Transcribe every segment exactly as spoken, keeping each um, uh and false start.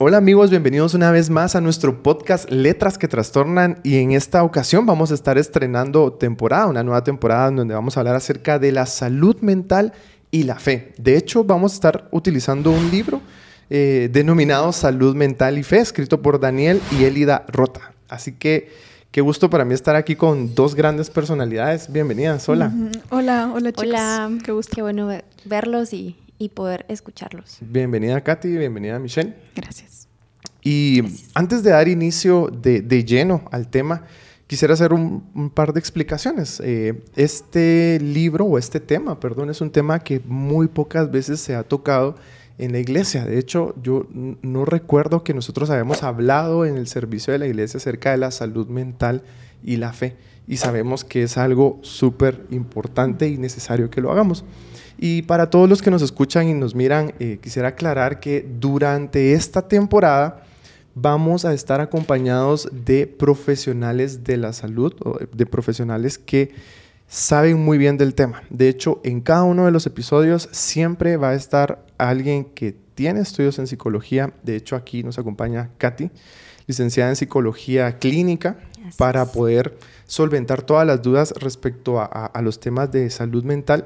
Hola amigos, bienvenidos una vez más a nuestro podcast Letras que Trastornan, y en esta ocasión vamos a estar estrenando temporada, una nueva temporada en donde vamos a hablar acerca de la salud mental y la fe. De hecho, vamos a estar utilizando un libro eh, denominado Salud Mental y Fe, escrito por Daniel y Elida Rota. Así que qué gusto para mí estar aquí con dos grandes personalidades. Bienvenidas, hola. Uh-huh. Hola, hola chicos. Hola, qué gusto. Qué bueno verlos y, y poder escucharlos. Bienvenida Katy, bienvenida Michelle. Gracias. Y Gracias. Antes de dar inicio de, de lleno al tema, quisiera hacer un, un par de explicaciones. Eh, este libro, o este tema, perdón, es un tema que muy pocas veces se ha tocado en la iglesia. De hecho, yo n- no recuerdo que nosotros hayamos hablado en el servicio de la iglesia acerca de la salud mental y la fe. Y sabemos que es algo súper importante y necesario que lo hagamos. Y para todos los que nos escuchan y nos miran, eh, quisiera aclarar que durante esta temporada vamos a estar acompañados de profesionales de la salud, o de profesionales que saben muy bien del tema. De hecho, en cada uno de los episodios siempre va a estar alguien que tiene estudios en psicología. De hecho, aquí nos acompaña Katy, licenciada en psicología clínica, Así para es. poder solventar todas las dudas respecto a, a, a los temas de salud mental.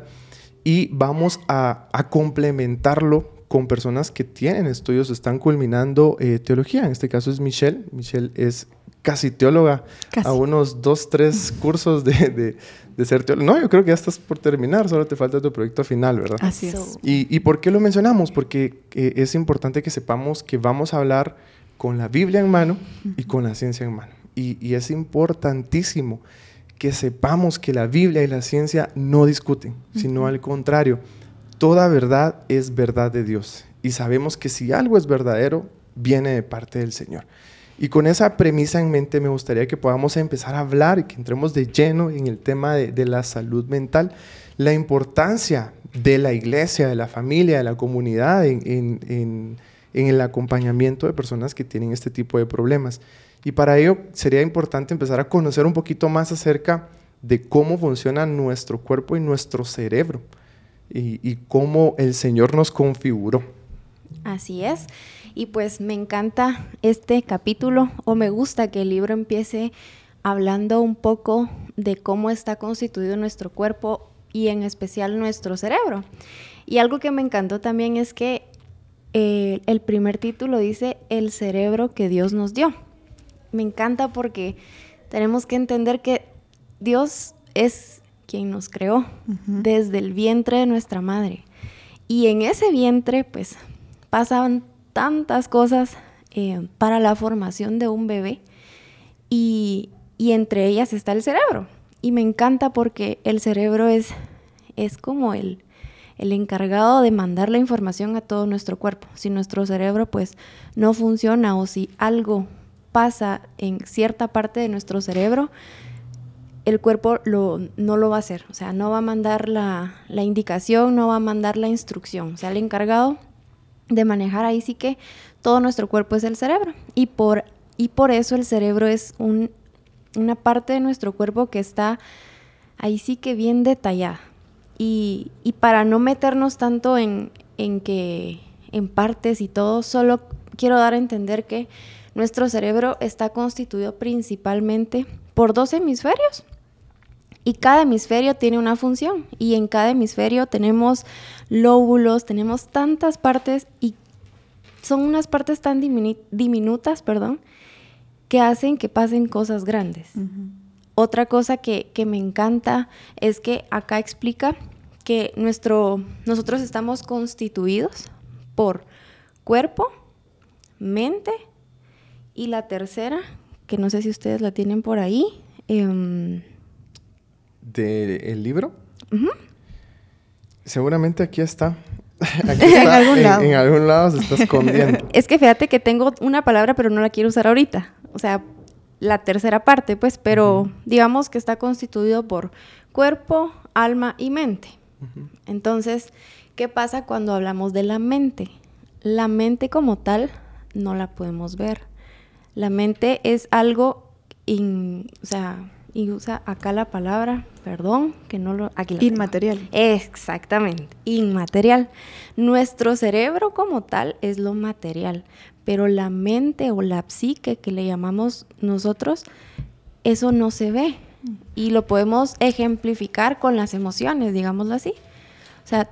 Y vamos a, a complementarlo con personas que tienen estudios, están culminando eh, teología. En este caso es Michelle. Michelle es casi teóloga, Casi. a unos dos, tres cursos de, de, de ser teóloga. No, yo creo que ya estás por terminar, solo te falta tu proyecto final, ¿verdad? Así es. So, ¿Y, y por qué lo mencionamos? Porque eh, es importante que sepamos que vamos a hablar con la Biblia en mano y con la ciencia en mano. Y, y es importantísimo que sepamos que la Biblia y la ciencia no discuten, sino al contrario, toda verdad es verdad de Dios. Y sabemos que si algo es verdadero, viene de parte del Señor. Y con esa premisa en mente me gustaría que podamos empezar a hablar y que entremos de lleno en el tema de, de la salud mental, la importancia de la iglesia, de la familia, de la comunidad en, en, en, en el acompañamiento de personas que tienen este tipo de problemas. Y para ello sería importante empezar a conocer un poquito más acerca de cómo funciona nuestro cuerpo y nuestro cerebro y, y cómo el Señor nos configuró. así es. Y pues me encanta este capítulo, o me gusta que el libro empiece hablando un poco de cómo está constituido nuestro cuerpo y en especial nuestro cerebro. Y algo que me encantó también es que eh, el primer título dice el cerebro que Dios nos dio. Me encanta porque tenemos que entender que Dios es quien nos creó uh-huh. desde el vientre de nuestra madre. Y en ese vientre, pues, pasaban tantas cosas eh, para la formación de un bebé. Y, y entre ellas está el cerebro. Y me encanta porque el cerebro es, es como el, el encargado de mandar la información a todo nuestro cuerpo. Si nuestro cerebro, pues, no funciona, o si algo pasa en cierta parte de nuestro cerebro, el cuerpo lo, no lo va a hacer. O sea, no va a mandar la, la indicación, no va a mandar la instrucción. O sea, el encargado de manejar ahí sí que todo nuestro cuerpo es el cerebro. Y por, y por eso el cerebro es un, una parte de nuestro cuerpo que está ahí sí que bien detallada. Y, y para no meternos tanto en, en, que, en partes y todo, solo quiero dar a entender que nuestro cerebro está constituido principalmente por dos hemisferios y cada hemisferio tiene una función, y en cada hemisferio tenemos lóbulos, tenemos tantas partes, y son unas partes tan diminu- diminutas, perdón, que hacen que pasen cosas grandes. Uh-huh. Otra cosa que, que me encanta es que acá explica que nuestro, nosotros estamos constituidos por cuerpo, mente, y la tercera, que no sé si ustedes la tienen por ahí. Eh, ¿Del libro? Uh-huh. Seguramente aquí está. Aquí está. en algún en, lado. En algún lado se está escondiendo. Es que fíjate que tengo una palabra, pero no la quiero usar ahorita. O sea, la tercera parte, pues, pero uh-huh. digamos que está constituido por cuerpo, alma y mente. Uh-huh. Entonces, ¿qué pasa cuando hablamos de la mente? La mente como tal no la podemos ver. La mente es algo, in, o sea, y usa acá la palabra, perdón, que no lo... Aquí la inmaterial. Tengo. Exactamente, inmaterial. Nuestro cerebro como tal es lo material, pero la mente o la psique que le llamamos nosotros, eso no se ve. Y lo podemos ejemplificar con las emociones, digámoslo así. O sea,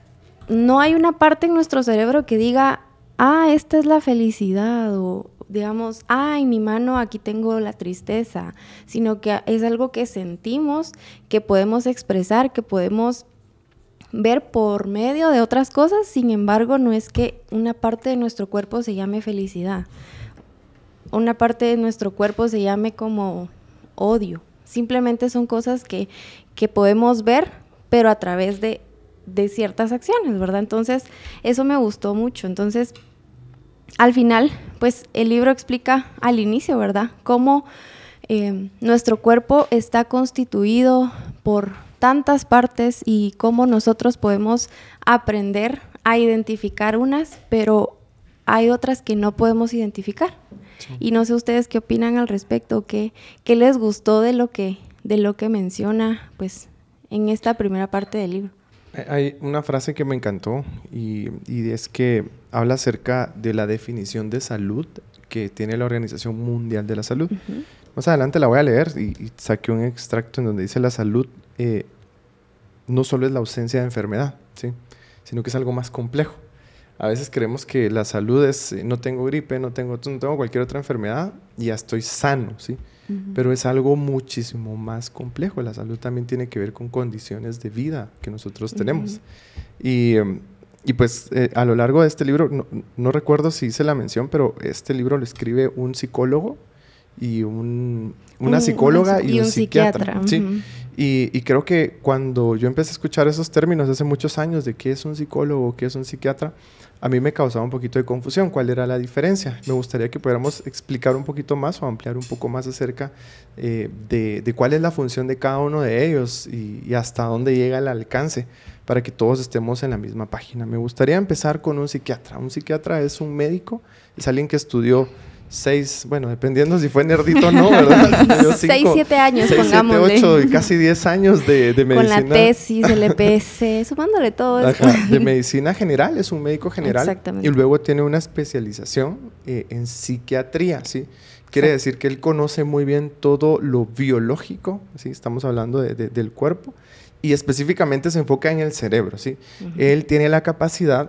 no hay una parte en nuestro cerebro que diga, ah, esta es la felicidad, o digamos, ah, en mi mano aquí tengo la tristeza, sino que es algo que sentimos, que podemos expresar, que podemos ver por medio de otras cosas. Sin embargo, no es que una parte de nuestro cuerpo se llame felicidad, una parte de nuestro cuerpo se llame como odio. Simplemente son cosas que, que podemos ver, pero a través de, de ciertas acciones, ¿verdad? Entonces, eso me gustó mucho. Entonces, al final, pues, el libro explica al inicio, ¿verdad?, cómo eh, nuestro cuerpo está constituido por tantas partes y cómo nosotros podemos aprender a identificar unas, pero hay otras que no podemos identificar. Sí. Y no sé ustedes qué opinan al respecto, qué, qué les gustó de lo que, de lo que menciona, pues, en esta primera parte del libro. Hay una frase que me encantó y, y es que habla acerca de la definición de salud que tiene la Organización Mundial de la Salud. Uh-huh. Más adelante la voy a leer y, y saqué un extracto en donde dice la salud eh, no solo es la ausencia de enfermedad, ¿sí?, sino que es algo más complejo. A veces creemos que la salud es, eh, no tengo gripe, no tengo, no tengo cualquier otra enfermedad y ya estoy sano, ¿sí? Uh-huh. Pero es algo muchísimo más complejo. La salud también tiene que ver con condiciones de vida que nosotros tenemos. Uh-huh. Y, y pues eh, a lo largo de este libro, no, no recuerdo si hice la mención, pero este libro lo escribe un psicólogo y un, una psicóloga un, y, y un, un psiquiatra. psiquiatra. Uh-huh. ¿Sí? Y, y creo que cuando yo empecé a escuchar esos términos hace muchos años de qué es un psicólogo, qué es un psiquiatra, a mí me causaba un poquito de confusión. ¿Cuál era la diferencia? Me gustaría que pudiéramos explicar un poquito más o ampliar un poco más acerca eh, de, de cuál es la función de cada uno de ellos y, y hasta dónde llega el alcance para que todos estemos en la misma página. Me gustaría empezar con un psiquiatra. Un psiquiatra es un médico, es alguien que estudió seis, bueno, dependiendo si fue nerdito o no, ¿verdad? Cinco, seis, siete años, seis, pongámosle. Siete, ocho y casi diez años de, de medicina. Con la tesis, el E P S, sumándole todo eso. Ajá, de medicina general, es un médico general. Exactamente. Y luego tiene una especialización eh, en psiquiatría, ¿sí? Quiere sí. decir que él conoce muy bien todo lo biológico, ¿sí? Estamos hablando de, de, del cuerpo, y específicamente se enfoca en el cerebro, ¿sí? Uh-huh. Él tiene la capacidad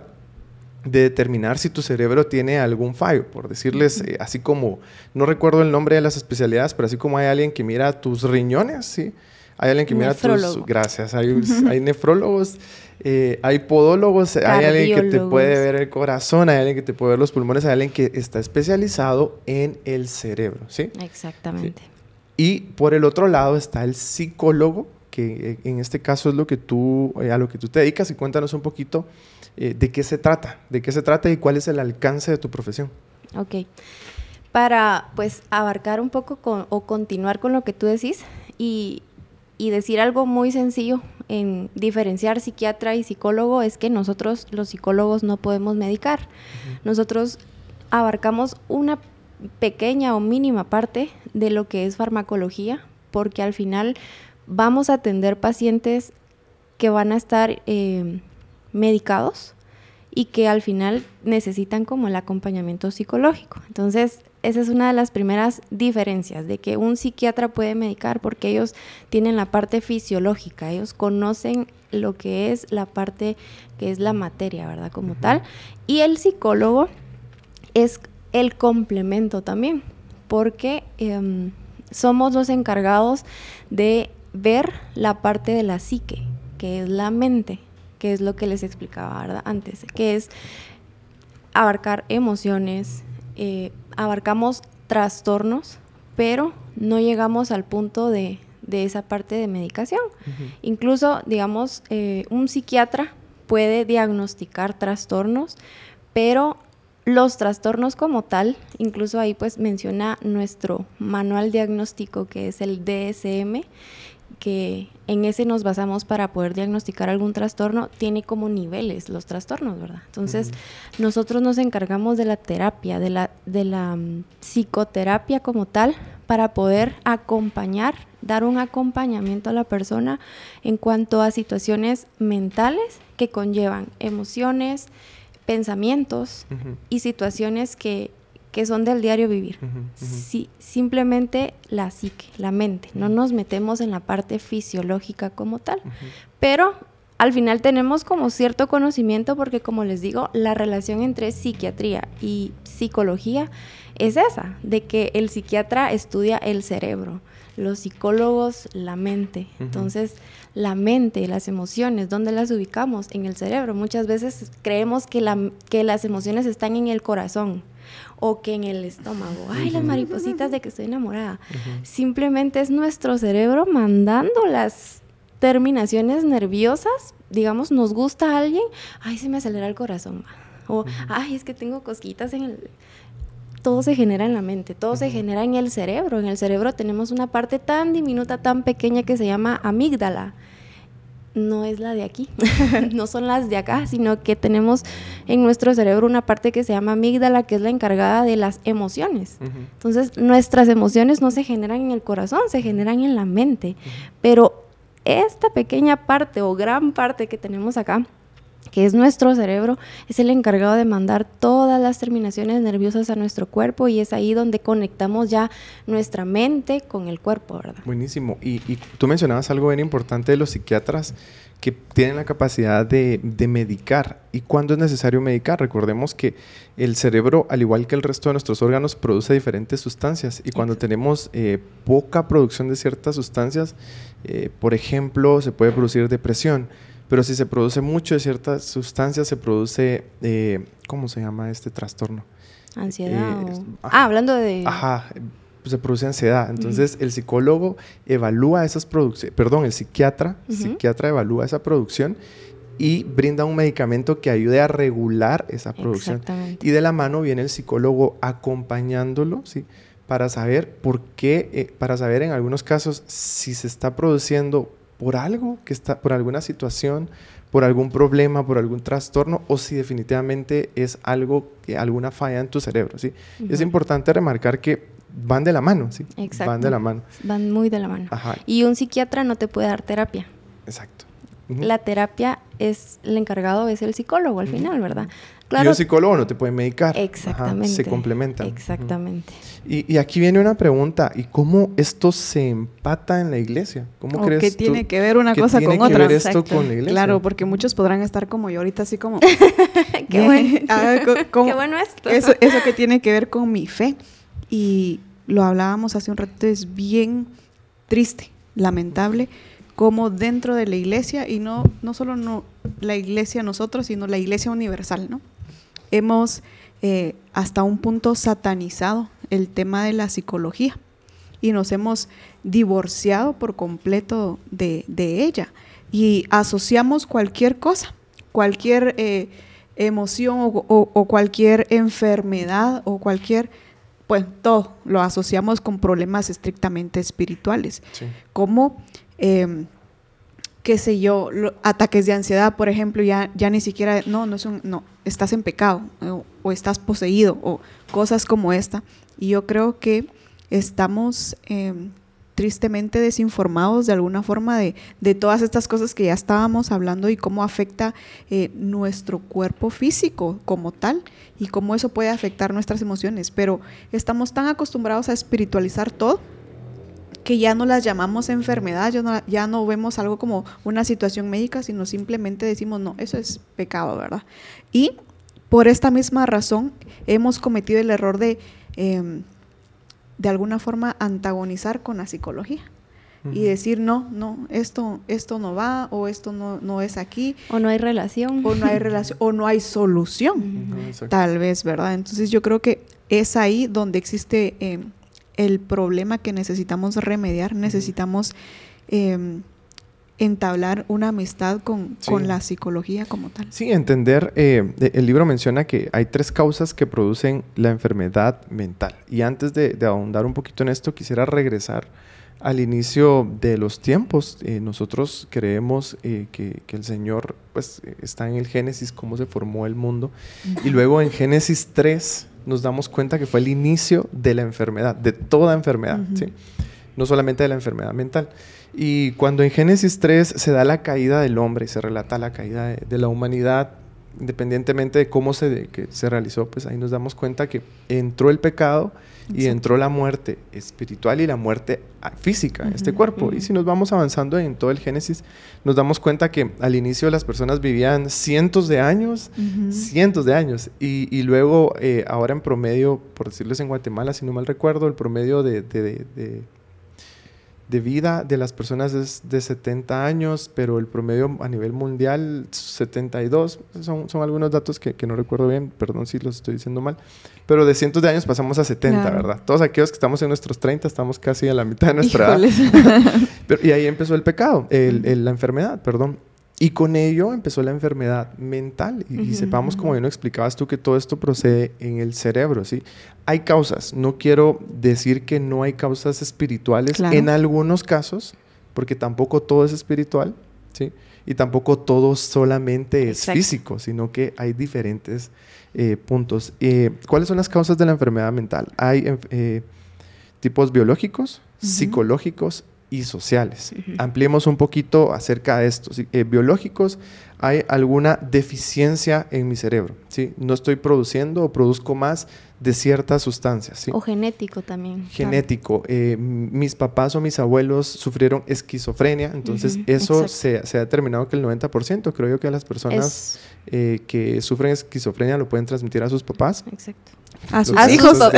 de determinar si tu cerebro tiene algún fallo, por decirles, eh, así como, no recuerdo el nombre de las especialidades, pero así como hay alguien que mira tus riñones, ¿sí? Hay alguien que mira tus... Gracias, hay, hay nefrólogos, eh, hay podólogos, hay alguien que te puede ver el corazón, hay alguien que te puede ver los pulmones, hay alguien que está especializado en el cerebro, ¿sí? Exactamente. ¿Sí? Y por el otro lado está el psicólogo, que en este caso es lo que tú, eh, a lo que tú te dedicas, y cuéntanos un poquito eh, de qué se trata, de qué se trata y cuál es el alcance de tu profesión. Ok. Para, pues, abarcar un poco con, o continuar con lo que tú decís y, y decir algo muy sencillo en diferenciar psiquiatra y psicólogo, es que nosotros, los psicólogos, no podemos medicar. Uh-huh. Nosotros abarcamos una pequeña o mínima parte de lo que es farmacología, porque al final vamos a atender pacientes que van a estar eh, medicados y que al final necesitan como el acompañamiento psicológico. Entonces, esa es una de las primeras diferencias, de que un psiquiatra puede medicar porque ellos tienen la parte fisiológica, ellos conocen lo que es la parte que es la materia, ¿verdad? Como uh-huh. tal. Y el psicólogo es el complemento también, porque eh, somos los encargados de ver la parte de la psique, que es la mente, que es lo que les explicaba, ¿verdad? Antes, que es abarcar emociones, eh, abarcamos trastornos, pero no llegamos al punto de, de esa parte de medicación. Uh-huh. Incluso, digamos, eh, un psiquiatra puede diagnosticar trastornos, pero los trastornos como tal, incluso ahí pues menciona nuestro manual diagnóstico, que es el D S M, que en ese nos basamos para poder diagnosticar algún trastorno. Tiene como niveles los trastornos, ¿verdad? Entonces, uh-huh. nosotros nos encargamos de la terapia, de la, de la um, psicoterapia como tal, para poder acompañar, dar un acompañamiento a la persona en cuanto a situaciones mentales que conllevan emociones, pensamientos uh-huh. y situaciones que, que son del diario vivir. Uh-huh, uh-huh. Si, simplemente la psique, la mente. No nos metemos en la parte fisiológica como tal. Uh-huh. Pero al final tenemos como cierto conocimiento porque, como les digo, la relación entre psiquiatría y psicología es esa, de que el psiquiatra estudia el cerebro, los psicólogos la mente. Uh-huh. Entonces, la mente y las emociones, ¿dónde las ubicamos? En el cerebro. Muchas veces creemos que, la, que las emociones están en el corazón o que en el estómago. Ay, uh-huh. las maripositas de que estoy enamorada. Uh-huh. Simplemente es nuestro cerebro mandando las terminaciones nerviosas. Digamos, nos gusta a alguien, ay, se me acelera el corazón. O, uh-huh. ay, es que tengo cosquitas en el... Todo se genera en la mente, todo uh-huh. se genera en el cerebro. En el cerebro tenemos una parte tan diminuta, tan pequeña que se llama amígdala. No es la de aquí, no son las de acá, sino que tenemos en nuestro cerebro una parte que se llama amígdala, que es la encargada de las emociones. Uh-huh. Entonces, nuestras emociones no se generan en el corazón, se generan en la mente. Uh-huh. Pero esta pequeña parte o gran parte que tenemos acá, que es nuestro cerebro, es el encargado de mandar todas las terminaciones nerviosas a nuestro cuerpo y es ahí donde conectamos ya nuestra mente con el cuerpo, ¿verdad? Buenísimo. Y, y tú mencionabas algo bien importante de los psiquiatras que tienen la capacidad de, de medicar. ¿Y cuándo es necesario medicar? Recordemos que el cerebro, al igual que el resto de nuestros órganos, produce diferentes sustancias y cuando Exacto. tenemos eh, poca producción de ciertas sustancias, eh, por ejemplo, se puede producir depresión. Pero si se produce mucho de ciertas sustancias, se produce, eh, ¿cómo se llama este trastorno? Ansiedad. Eh, o... Ah, hablando de... Ajá, se produce ansiedad. Entonces, uh-huh. el psicólogo evalúa esas producciones, perdón, el psiquiatra, uh-huh. psiquiatra evalúa esa producción y brinda un medicamento que ayude a regular esa producción. Exactamente. Y de la mano viene el psicólogo acompañándolo, ¿sí? Para saber por qué, eh, para saber en algunos casos si se está produciendo por algo, que está, por alguna situación, por algún problema, por algún trastorno, o si definitivamente es algo, que, alguna falla en tu cerebro, ¿sí? Uh-huh. Es importante remarcar que van de la mano, ¿sí? Exacto. Van de la mano. Van muy de la mano. Ajá. Y un psiquiatra no te puede dar terapia. Exacto. Uh-huh. La terapia es, el encargado es el psicólogo al uh-huh. final, ¿verdad? Claro. Y un psicólogo no te puede medicar. Exactamente. Ajá, se complementan. Exactamente. Uh-huh. Y, y aquí viene una pregunta, ¿y cómo esto se empata en la iglesia? ¿Cómo ¿O crees qué tú tiene que ver una cosa con otra? ¿Qué tiene que ver esto con la iglesia? Claro, porque muchos podrán estar como yo ahorita, así como... Qué bueno. ah, co- como, Qué bueno esto. Eso, eso que tiene que ver con mi fe. Y lo hablábamos hace un rato, es bien triste, lamentable, como dentro de la iglesia, y no, no solo no, la iglesia nosotros, sino la iglesia universal, ¿no? Hemos eh, hasta un punto satanizado el tema de la psicología y nos hemos divorciado por completo de, de ella y asociamos cualquier cosa, cualquier eh, emoción o, o, o cualquier enfermedad o cualquier, pues todo lo asociamos con problemas estrictamente espirituales, sí. como... Eh, qué sé yo, lo, ataques de ansiedad, por ejemplo, ya, ya ni siquiera, no, no, es un, no, estás en pecado o, o estás poseído o cosas como esta. Y yo creo que estamos eh, tristemente desinformados de alguna forma de, de todas estas cosas que ya estábamos hablando y cómo afecta eh, nuestro cuerpo físico como tal y cómo eso puede afectar nuestras emociones. Pero estamos tan acostumbrados a espiritualizar todo que ya no las llamamos enfermedad, ya no, ya no vemos algo como una situación médica, sino simplemente decimos, no, eso es pecado, ¿verdad? Y por esta misma razón hemos cometido el error de, eh, de alguna forma, antagonizar con la psicología. Uh-huh. Y decir, no, no, esto, esto no va, o esto no, no es aquí. O no hay relación. O no hay relación, o no hay solución, uh-huh. tal vez, ¿verdad? Entonces yo creo que es ahí donde existe... Eh, el problema que necesitamos remediar, necesitamos eh, entablar una amistad con, sí. con la psicología como tal. Sí, entender, eh, el libro menciona que hay tres causas que producen la enfermedad mental. Y antes de, de ahondar un poquito en esto, quisiera regresar al inicio de los tiempos. Eh, nosotros creemos eh, que, que el Señor pues, está en el Génesis, cómo se formó el mundo. Uh-huh. Y luego en Génesis tres nos damos cuenta que fue el inicio de la enfermedad, de toda enfermedad, uh-huh. ¿sí? No solamente de la enfermedad mental. Y cuando en Génesis tres se da la caída del hombre, se relata la caída de, de la humanidad, independientemente de cómo se, de, que se realizó, pues ahí nos damos cuenta que entró el pecado y Exacto. entró la muerte espiritual y la muerte física en uh-huh, este cuerpo. Uh-huh. Y si nos vamos avanzando en todo el Génesis, nos damos cuenta que al inicio las personas vivían cientos de años, uh-huh. cientos de años, y, y luego eh, ahora en promedio, por decirles en Guatemala, si no mal recuerdo, el promedio de, de, de, de de vida de las personas es de setenta años, pero el promedio a nivel mundial setenta y dos, son, son algunos datos que, que no recuerdo bien, perdón si los estoy diciendo mal, pero de cientos de años pasamos a setenta, claro. ¿verdad? Todos aquellos que estamos en nuestros treinta estamos casi a la mitad de nuestra Híjoles. edad. Pero, y ahí empezó el pecado, el, el, la enfermedad, perdón. Y con ello empezó la enfermedad mental. Y, uh-huh, y sepamos, uh-huh. como bien lo explicabas tú, que todo esto procede en el cerebro, ¿sí? Hay causas. No quiero decir que no hay causas espirituales claro. en algunos casos, porque tampoco todo es espiritual, ¿sí? Y tampoco todo solamente es Exacto. físico, sino que hay diferentes eh, puntos. Eh, ¿Cuáles son las causas de la enfermedad mental? Hay eh, tipos biológicos, uh-huh. psicológicos y sociales. Uh-huh. Ampliemos un poquito acerca de esto. ¿sí? Eh, biológicos, hay alguna deficiencia en mi cerebro, ¿sí? No estoy produciendo o produzco más de ciertas sustancias, ¿sí? O genético también. Genético. Claro. Eh, mis papás o mis abuelos sufrieron esquizofrenia, entonces uh-huh. eso se, se ha determinado que el noventa por ciento, creo yo que a las personas es... eh, que sufren esquizofrenia lo pueden transmitir a sus papás. Exacto. A sus a hijos. hijos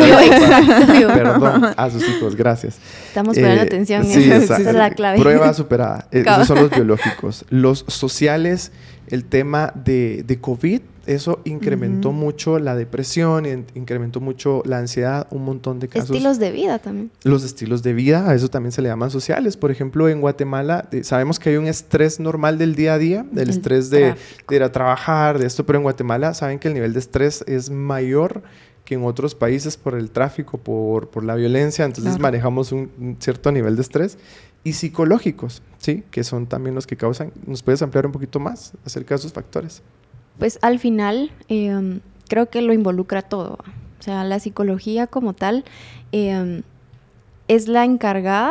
Perdón, a sus hijos, gracias. Estamos poniendo eh, atención. Sí, esa es la clave. Prueba superada. Eh, esos son los biológicos. Los sociales, el tema de, de COVID, eso incrementó uh-huh. mucho la depresión, in- incrementó mucho la ansiedad, un montón de casos. Estilos de vida también. Los estilos de vida, a eso también se le llaman sociales. Por ejemplo, en Guatemala eh, sabemos que hay un estrés normal del día a día, del el estrés de, de ir a trabajar, de esto, pero en Guatemala saben que el nivel de estrés es mayor que en otros países por el tráfico, por, por la violencia, entonces claro. manejamos un, un cierto nivel de estrés. Y psicológicos, ¿sí? Que son también los que causan. ¿Nos puedes ampliar un poquito más acerca de esos factores? Pues al final eh, creo que lo involucra todo. O sea, la psicología como tal eh, es la encargada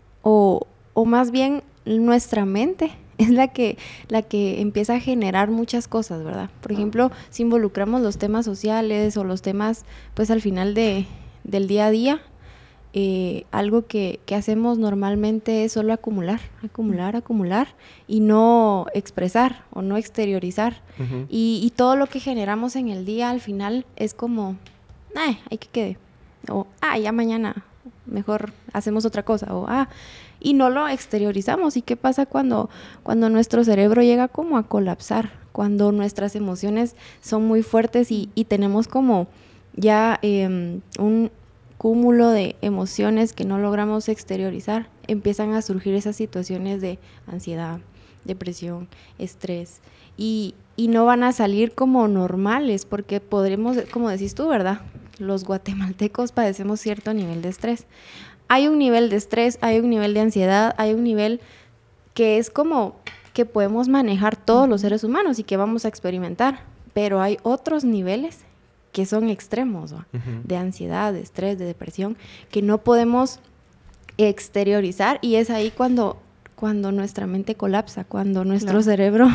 o, o más bien nuestra mente es la que, la que empieza a generar muchas cosas, ¿verdad? Por ejemplo, si involucramos los temas sociales o los temas, pues al final de, del día a día, eh, algo que, que hacemos normalmente es solo acumular, acumular, acumular y no expresar o no exteriorizar. Uh-huh. Y, y todo lo que generamos en el día al final es como, ay, hay que quede. O, ah, ya mañana mejor hacemos otra cosa. O, ah... y no lo exteriorizamos. ¿Y qué pasa cuando, cuando nuestro cerebro llega como a colapsar? Cuando nuestras emociones son muy fuertes y, y tenemos como ya eh, un cúmulo de emociones que no logramos exteriorizar, empiezan a surgir esas situaciones de ansiedad, depresión, estrés y, y no van a salir como normales porque podremos, como decís tú, ¿verdad? Los guatemaltecos padecemos cierto nivel de estrés. Hay un nivel de estrés, hay un nivel de ansiedad, hay un nivel que es como que podemos manejar todos los seres humanos y que vamos a experimentar, pero hay otros niveles que son extremos, ¿no? Uh-huh. De ansiedad, de estrés, de depresión, que no podemos exteriorizar y es ahí cuando, cuando nuestra mente colapsa, cuando nuestro claro. cerebro...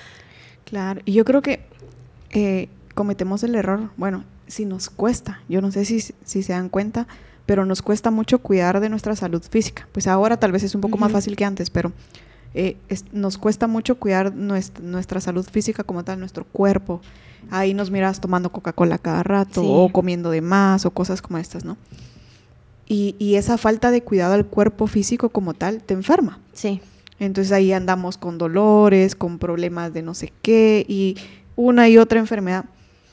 Claro, y yo creo que eh, cometemos el error, bueno, si nos cuesta, yo no sé si, si se dan cuenta, pero nos cuesta mucho cuidar de nuestra salud física. Pues ahora tal vez es un poco uh-huh. más fácil que antes, pero eh, es, nos cuesta mucho cuidar nuestra, nuestra salud física como tal, nuestro cuerpo. Ahí nos miras tomando Coca-Cola cada rato sí. o comiendo de más o cosas como estas, ¿no? Y, y esa falta de cuidado al cuerpo físico como tal te enferma. Sí. Entonces ahí andamos con dolores, con problemas de no sé qué y una y otra enfermedad.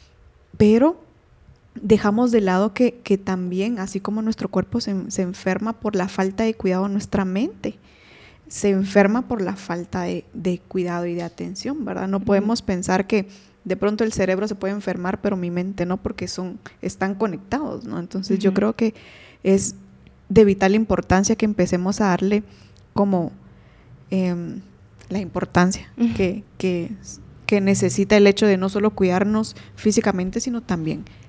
Pero dejamos de lado que, que también, así como nuestro cuerpo se, se enferma por la falta de cuidado, nuestra mente se enferma por la falta de, de cuidado y de atención, ¿verdad? No podemos mm. pensar que de pronto el cerebro se puede enfermar, pero mi mente no, porque son, están conectados, ¿no? Entonces uh-huh. yo creo que es de vital importancia que empecemos a darle como eh, la importancia uh-huh. que, que, que necesita el hecho de no solo cuidarnos físicamente, sino también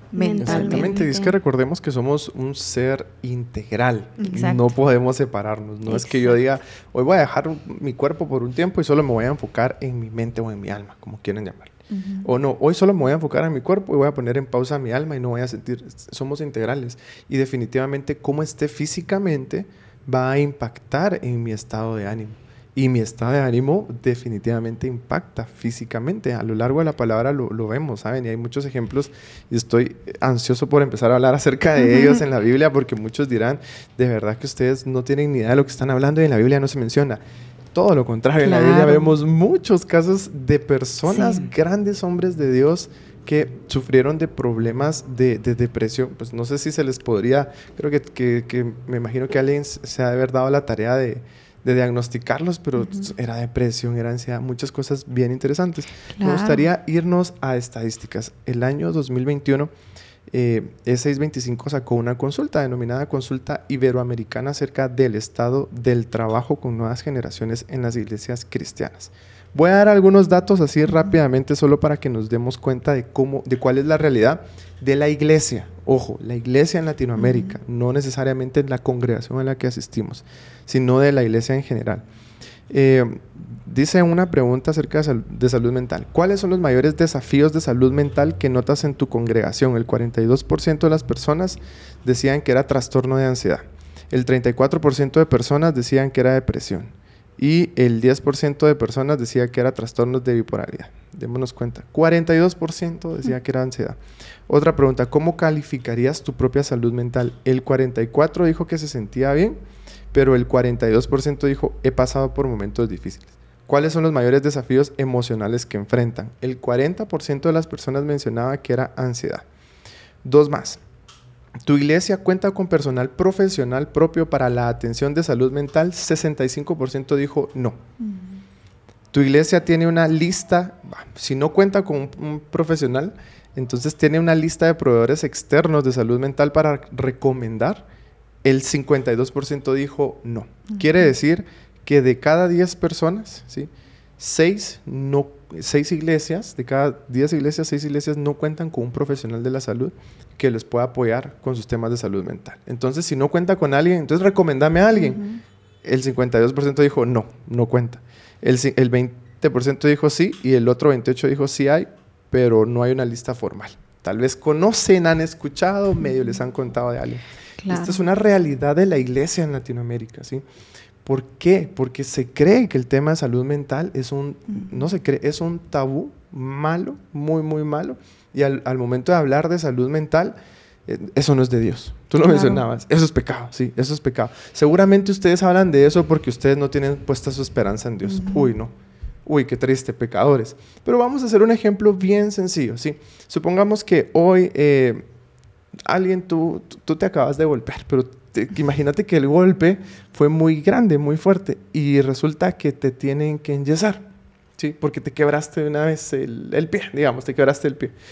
mentalmente. Exactamente, y es que recordemos que somos un ser integral. Exacto. No podemos separarnos. No Exacto. es que yo diga, hoy voy a dejar mi cuerpo por un tiempo y solo me voy a enfocar en mi mente o en mi alma, como quieran llamarlo. Uh-huh. O no, hoy solo me voy a enfocar en mi cuerpo y voy a poner en pausa mi alma y no voy a sentir. Somos integrales. Y definitivamente cómo esté físicamente va a impactar en mi estado de ánimo. Y mi estado de ánimo definitivamente impacta físicamente. A lo largo de la palabra lo, lo vemos, ¿saben? Y hay muchos ejemplos y estoy ansioso por empezar a hablar acerca de uh-huh. ellos en la Biblia, porque muchos dirán, de verdad que ustedes no tienen ni idea de lo que están hablando y en la Biblia no se menciona. Todo lo contrario, claro. En la Biblia vemos muchos casos de personas, sí. grandes hombres de Dios, que sufrieron de problemas de, de depresión. Pues no sé si se les podría, creo que, que, que me imagino que alguien se ha de haber dado la tarea de, de diagnosticarlos, pero uh-huh. era depresión, era ansiedad, muchas cosas bien interesantes. Claro. Me gustaría irnos a estadísticas. El año dos mil veintiuno, eh, E seiscientos veinticinco sacó una consulta denominada Consulta Iberoamericana acerca del estado del trabajo con nuevas generaciones en las iglesias cristianas. Voy a dar algunos datos así rápidamente solo para que nos demos cuenta de cómo, de cuál es la realidad de la iglesia. Ojo, la iglesia en Latinoamérica, uh-huh. no necesariamente la congregación a la que asistimos, sino de la iglesia en general. Eh, dice una pregunta acerca de, sal- de salud mental. ¿Cuáles son los mayores desafíos de salud mental que notas en tu congregación? El cuarenta y dos por ciento de las personas decían que era trastorno de ansiedad. El treinta y cuatro por ciento de personas decían que era depresión. Y el diez por ciento de personas decía que era trastornos de bipolaridad. Démonos cuenta. cuarenta y dos por ciento decía que era ansiedad. Otra pregunta, ¿cómo calificarías tu propia salud mental? El cuarenta y cuatro por ciento dijo que se sentía bien, pero el cuarenta y dos por ciento dijo, he pasado por momentos difíciles. ¿Cuáles son los mayores desafíos emocionales que enfrentan? El cuarenta por ciento de las personas mencionaba que era ansiedad. Dos más. ¿Tu iglesia cuenta con personal profesional propio para la atención de salud mental? sesenta y cinco por ciento dijo no. Uh-huh. ¿Tu iglesia tiene una lista? Si no cuenta con un, un profesional, entonces tiene una lista de proveedores externos de salud mental para recomendar. El cincuenta y dos por ciento dijo no. Uh-huh. Quiere decir que de cada diez personas, ¿sí? seis, no, seis iglesias, de cada diez iglesias, seis iglesias no cuentan con un profesional de la salud que les pueda apoyar con sus temas de salud mental. Entonces, si no cuenta con alguien, entonces recomendame a alguien. Uh-huh. El cincuenta y dos por ciento dijo no, no cuenta. El, el veinte por ciento dijo sí y el otro veintiocho por ciento dijo sí hay, pero no hay una lista formal. Tal vez conocen, han escuchado, medio les han contado de alguien. Claro. Esta es una realidad de la iglesia en Latinoamérica, ¿sí? ¿Por qué? Porque se cree que el tema de salud mental es un, no se cree, es un tabú malo, muy, muy malo. Y al, al momento de hablar de salud mental, eh, eso no es de Dios. Tú lo claro. mencionabas, eso es pecado, sí, eso es pecado. Seguramente ustedes hablan de eso porque ustedes no tienen puesta su esperanza en Dios. Uh-huh. Uy, no. Uy, qué triste, pecadores. Pero vamos a hacer un ejemplo bien sencillo, ¿sí? Supongamos que hoy eh, alguien, tú, tú te acabas de golpear, pero te, imagínate que el golpe fue muy grande, muy fuerte, y resulta que te tienen que enyesar, ¿sí? Porque te quebraste una vez el, el pie, digamos, te quebraste el pie.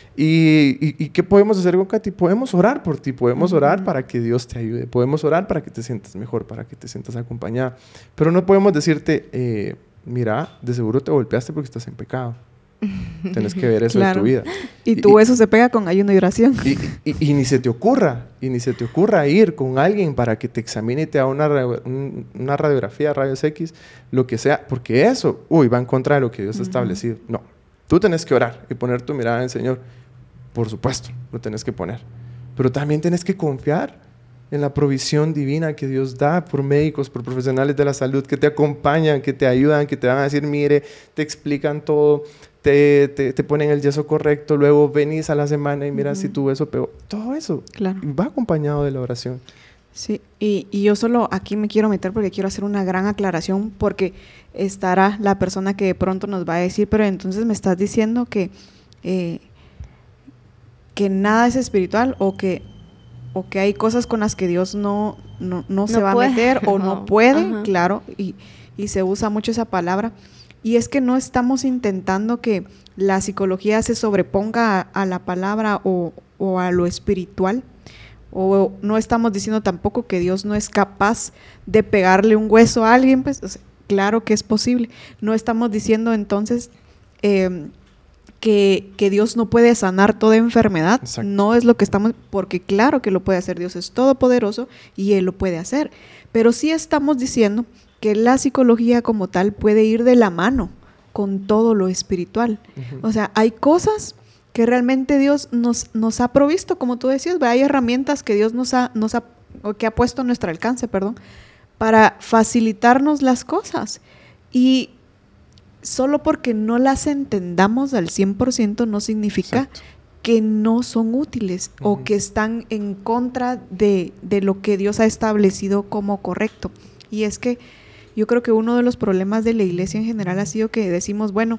Y, y, ¿Y qué podemos hacer con Katy? Podemos orar por ti, podemos orar para que Dios te ayude, podemos orar para que te sientas mejor, para que te sientas acompañada, pero no podemos decirte, eh, mira, de seguro te golpeaste porque estás en pecado. Tienes que ver eso claro. en tu vida. Y tu hueso se pega con ayuno y oración. Y, y, y, y ni se te ocurra, y ni se te ocurra ir con alguien para que te examine y te haga una, un, una radiografía, rayos X, lo que sea, porque eso, uy, va en contra de lo que Dios uh-huh. ha establecido. No, tú tienes que orar y poner tu mirada en el Señor. Por supuesto, lo tienes que poner. Pero también tienes que confiar en la provisión divina que Dios da por médicos, por profesionales de la salud que te acompañan, que te ayudan, que te van a decir, mire, te explican todo, te, te, te ponen el yeso correcto, luego venís a la semana y miras uh-huh. si tu hueso pegó. Todo eso claro. va acompañado de la oración. Sí, y, y yo solo aquí me quiero meter porque quiero hacer una gran aclaración, porque estará la persona que de pronto nos va a decir, pero entonces me estás diciendo que, eh, que nada es espiritual o que o que hay cosas con las que Dios no, no, no, no se va puede. a meter o no, no puede, uh-huh. claro, y, y se usa mucho esa palabra. Y es que no estamos intentando que la psicología se sobreponga a, a la palabra o, o a lo espiritual, o no estamos diciendo tampoco que Dios no es capaz de pegarle un hueso a alguien, pues o sea, claro que es posible. No estamos diciendo entonces eh, que, que Dios no puede sanar toda enfermedad. Exacto. No es lo que estamos, porque claro que lo puede hacer. Dios es todopoderoso y Él lo puede hacer. Pero sí estamos diciendo que la psicología como tal puede ir de la mano con todo lo espiritual. Uh-huh. O sea, hay cosas que realmente Dios nos, nos ha provisto, como tú decías, hay herramientas que Dios nos ha, nos ha, o que ha puesto a nuestro alcance, perdón, para facilitarnos las cosas. Y solo porque no las entendamos al cien por ciento no significa Exacto. que no son útiles uh-huh. o que están en contra de, de lo que Dios ha establecido como correcto. Y es que yo creo que uno de los problemas de la iglesia en general ha sido que decimos, bueno,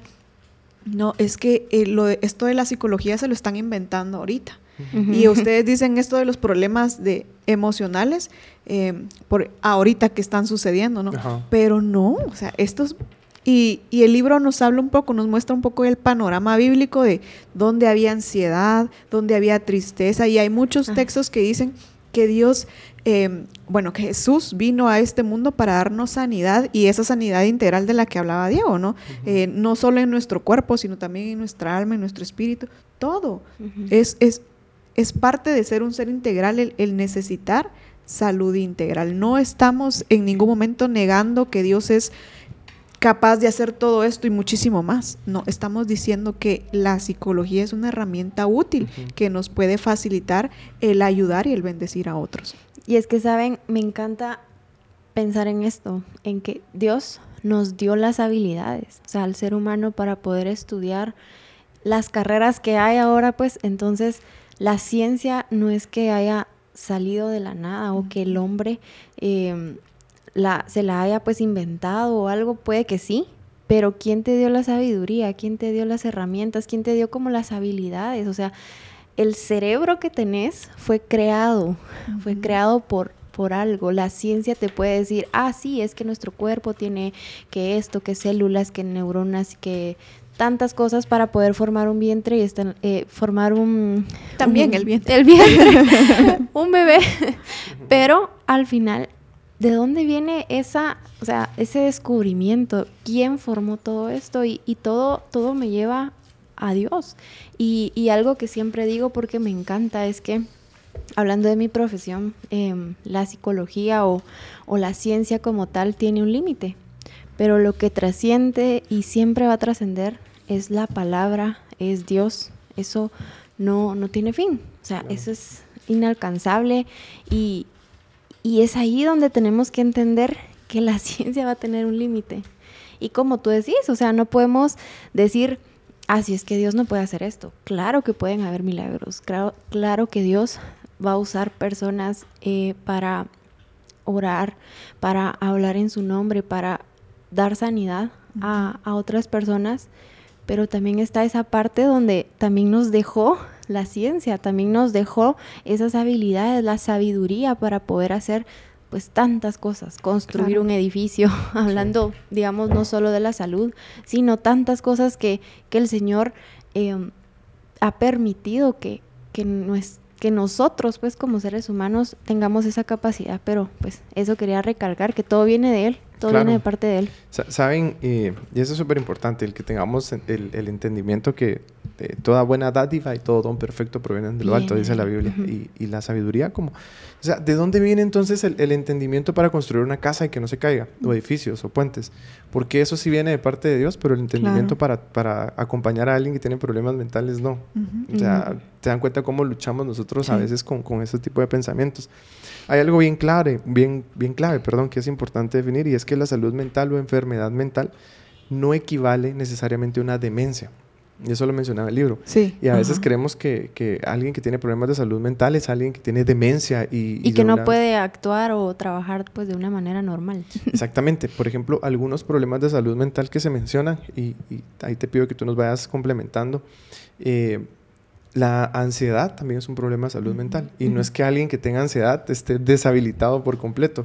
no, es que eh, lo de, esto de la psicología se lo están inventando ahorita. Uh-huh. Y ustedes dicen esto de los problemas de emocionales eh, por ahorita que están sucediendo, ¿no? Uh-huh. Pero no, o sea, estos... Y, y el libro nos habla un poco, nos muestra un poco el panorama bíblico de dónde había ansiedad, dónde había tristeza, y hay muchos uh-huh. textos que dicen que Dios, eh, bueno, que Jesús vino a este mundo para darnos sanidad, y esa sanidad integral de la que hablaba Diego, ¿no? Uh-huh. Eh, no solo en nuestro cuerpo, sino también en nuestra alma, en nuestro espíritu, todo. Uh-huh. Es, es, es parte de ser un ser integral el, el necesitar salud integral. No estamos en ningún momento negando que Dios es capaz de hacer todo esto y muchísimo más. No, estamos diciendo que la psicología es una herramienta útil uh-huh. que nos puede facilitar el ayudar y el bendecir a otros. Y es que, ¿saben? Me encanta pensar en esto, en que Dios nos dio las habilidades, o sea, al ser humano para poder estudiar las carreras que hay ahora, pues, entonces, la ciencia no es que haya salido de la nada uh-huh. o que el hombre... Eh, La, se la haya pues inventado o algo, puede que sí, pero ¿quién te dio la sabiduría? ¿Quién te dio las herramientas? ¿Quién te dio como las habilidades? O sea, el cerebro que tenés fue creado, uh-huh. fue creado por, por algo. La ciencia te puede decir, ah, sí, es que nuestro cuerpo tiene que esto, que células, que neuronas, que tantas cosas para poder formar un vientre y estar, eh, formar un... También un, el vientre. El vientre, un bebé, pero al final... ¿De dónde viene esa, o sea, ese descubrimiento? ¿Quién formó todo esto? Y, y todo, todo me lleva a Dios. Y, y algo que siempre digo porque me encanta es que, hablando de mi profesión, eh, la psicología o, o la ciencia como tal tiene un límite. Pero lo que trasciende y siempre va a trascender es la palabra, es Dios. Eso no, no tiene fin. O sea, claro. Eso es inalcanzable y... Y es ahí donde tenemos que entender que la ciencia va a tener un límite. Y como tú decís, o sea, no podemos decir, ah, si es que Dios no puede hacer esto. Claro que pueden haber milagros. Claro, claro que Dios va a usar personas eh, para orar, para hablar en su nombre, para dar sanidad a, a otras personas. Pero también está esa parte donde también nos dejó la ciencia, también nos dejó esas habilidades, la sabiduría para poder hacer pues tantas cosas, construir claro. un edificio, hablando, sí. digamos, no solo de la salud, sino tantas cosas que, que el Señor eh, ha permitido que, que, nues, que nosotros, pues, como seres humanos, tengamos esa capacidad, pero pues eso quería recalcar, que todo viene de Él. Todo claro. viene de parte de Él. Saben, eh, y eso es súper importante, el que tengamos el, el entendimiento que eh, toda buena dádiva y todo don perfecto provienen de lo alto, dice la Biblia. Uh-huh. y, y la sabiduría, como... O sea, ¿de dónde viene entonces el, el entendimiento para construir una casa y que no se caiga? O edificios, o puentes. Porque eso sí viene de parte de Dios, pero el entendimiento claro. para, para acompañar a alguien que tiene problemas mentales, no. Uh-huh. O sea, uh-huh. te dan cuenta cómo luchamos nosotros sí. a veces con, con ese tipo de pensamientos. Hay algo bien clave, bien, bien clave, perdón, que es importante definir, y es que la salud mental o enfermedad mental no equivale necesariamente a una demencia. Y eso lo mencionaba el libro. Sí. Y a Ajá. veces creemos que, que alguien que tiene problemas de salud mental es alguien que tiene demencia. Y, y, y que no puede actuar o trabajar pues de una manera normal. Exactamente. Por ejemplo, algunos problemas de salud mental que se mencionan, y, y ahí te pido que tú nos vayas complementando. Eh, La ansiedad también es un problema de salud mental. Y uh-huh. no es que alguien que tenga ansiedad esté deshabilitado por completo.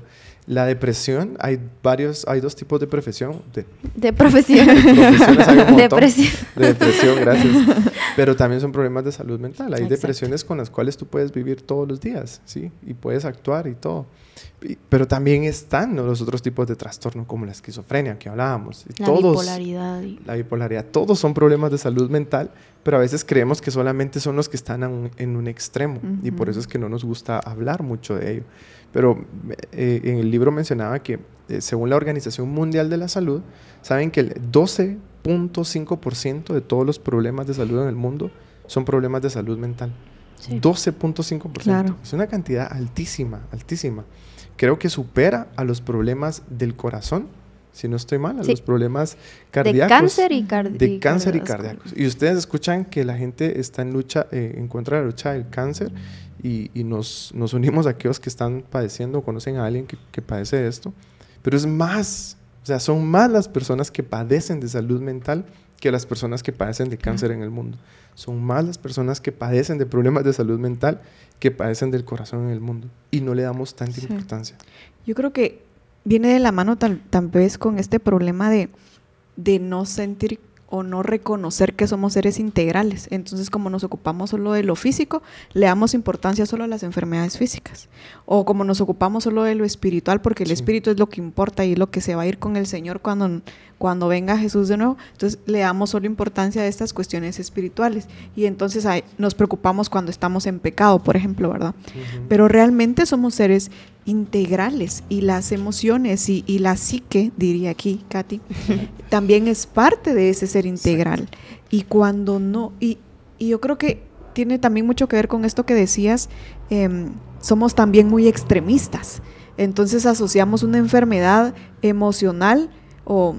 La depresión, hay varios, hay dos tipos de depresión. De, de profesión. De profesiones hay un montón. Depresión. De depresión, gracias. Pero también son problemas de salud mental. Hay Exacto. depresiones con las cuales tú puedes vivir todos los días, ¿sí? Y puedes actuar y todo. Y, pero también están, ¿no?, los otros tipos de trastorno, como la esquizofrenia que hablábamos. Y la todos, bipolaridad. Y... La bipolaridad. Todos son problemas de salud mental, pero a veces creemos que solamente son los que están en un, en un extremo. Uh-huh. Y por eso es que no nos gusta hablar mucho de ello. Pero eh, en el libro mencionaba que eh, según la Organización Mundial de la Salud, saben que el doce punto cinco por ciento de todos los problemas de salud en el mundo son problemas de salud mental. Sí. doce punto cinco por ciento. Claro. Es una cantidad altísima, altísima. Creo que supera a los problemas del corazón, si no estoy mal, a sí. los problemas cardíacos. De cáncer y, card- de y cáncer y cardíacos. Y ustedes escuchan que la gente está en lucha, eh, en contra de la lucha del cáncer. Y, y nos, nos unimos a aquellos que están padeciendo o conocen a alguien que, que padece esto. Pero es más, o sea, son más las personas que padecen de salud mental que las personas que padecen de cáncer en el mundo. Son más las personas que padecen de problemas de salud mental que padecen del corazón en el mundo. Y no le damos tanta sí. importancia. Yo creo que viene de la mano tal, tal vez con este problema de, de no sentir o no reconocer que somos seres integrales. Entonces, como nos ocupamos solo de lo físico, le damos importancia solo a las enfermedades físicas. O como nos ocupamos solo de lo espiritual, porque el sí. espíritu es lo que importa y es lo que se va a ir con el Señor cuando, cuando venga Jesús de nuevo. Entonces, le damos solo importancia a estas cuestiones espirituales. Y entonces hay, nos preocupamos cuando estamos en pecado, por ejemplo, ¿verdad? Uh-huh. Pero realmente somos seres integrales y las emociones y, y la psique, diría aquí Katy, también es parte de ese ser integral. Exacto. Y cuando no, y, y yo creo que tiene también mucho que ver con esto que decías, eh, somos también muy extremistas. Entonces asociamos una enfermedad emocional o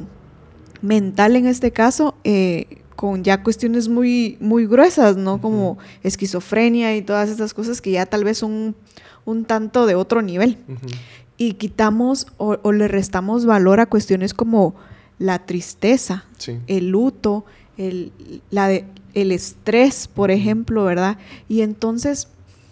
mental en este caso eh, con ya cuestiones muy, muy gruesas, ¿no? Como uh-huh. esquizofrenia y todas estas cosas que ya tal vez son un, un tanto de otro nivel. Uh-huh. Y quitamos o, o le restamos valor a cuestiones como la tristeza, sí. el luto, el, la de, el estrés, por ejemplo, ¿verdad? Y entonces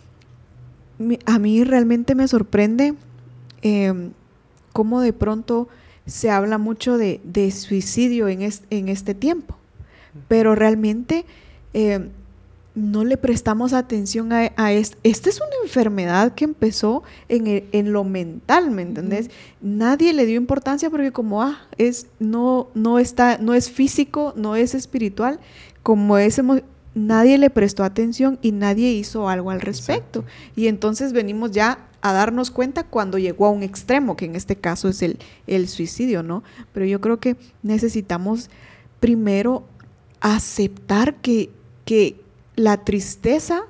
mi, a mí realmente me sorprende eh, cómo de pronto se habla mucho de, de suicidio en, es, en este tiempo, pero realmente eh, no le prestamos atención a, a esto. Esta es una enfermedad que empezó en, el, en lo mental, ¿me entendés? Uh-huh. Nadie le dio importancia porque como, ah, es, no, no, está, no es físico, no es espiritual, como es, nadie le prestó atención y nadie hizo algo al respecto. Exacto. Y entonces venimos ya a darnos cuenta cuando llegó a un extremo, que en este caso es el, el suicidio, ¿no? Pero yo creo que necesitamos primero aceptar que, que la tristeza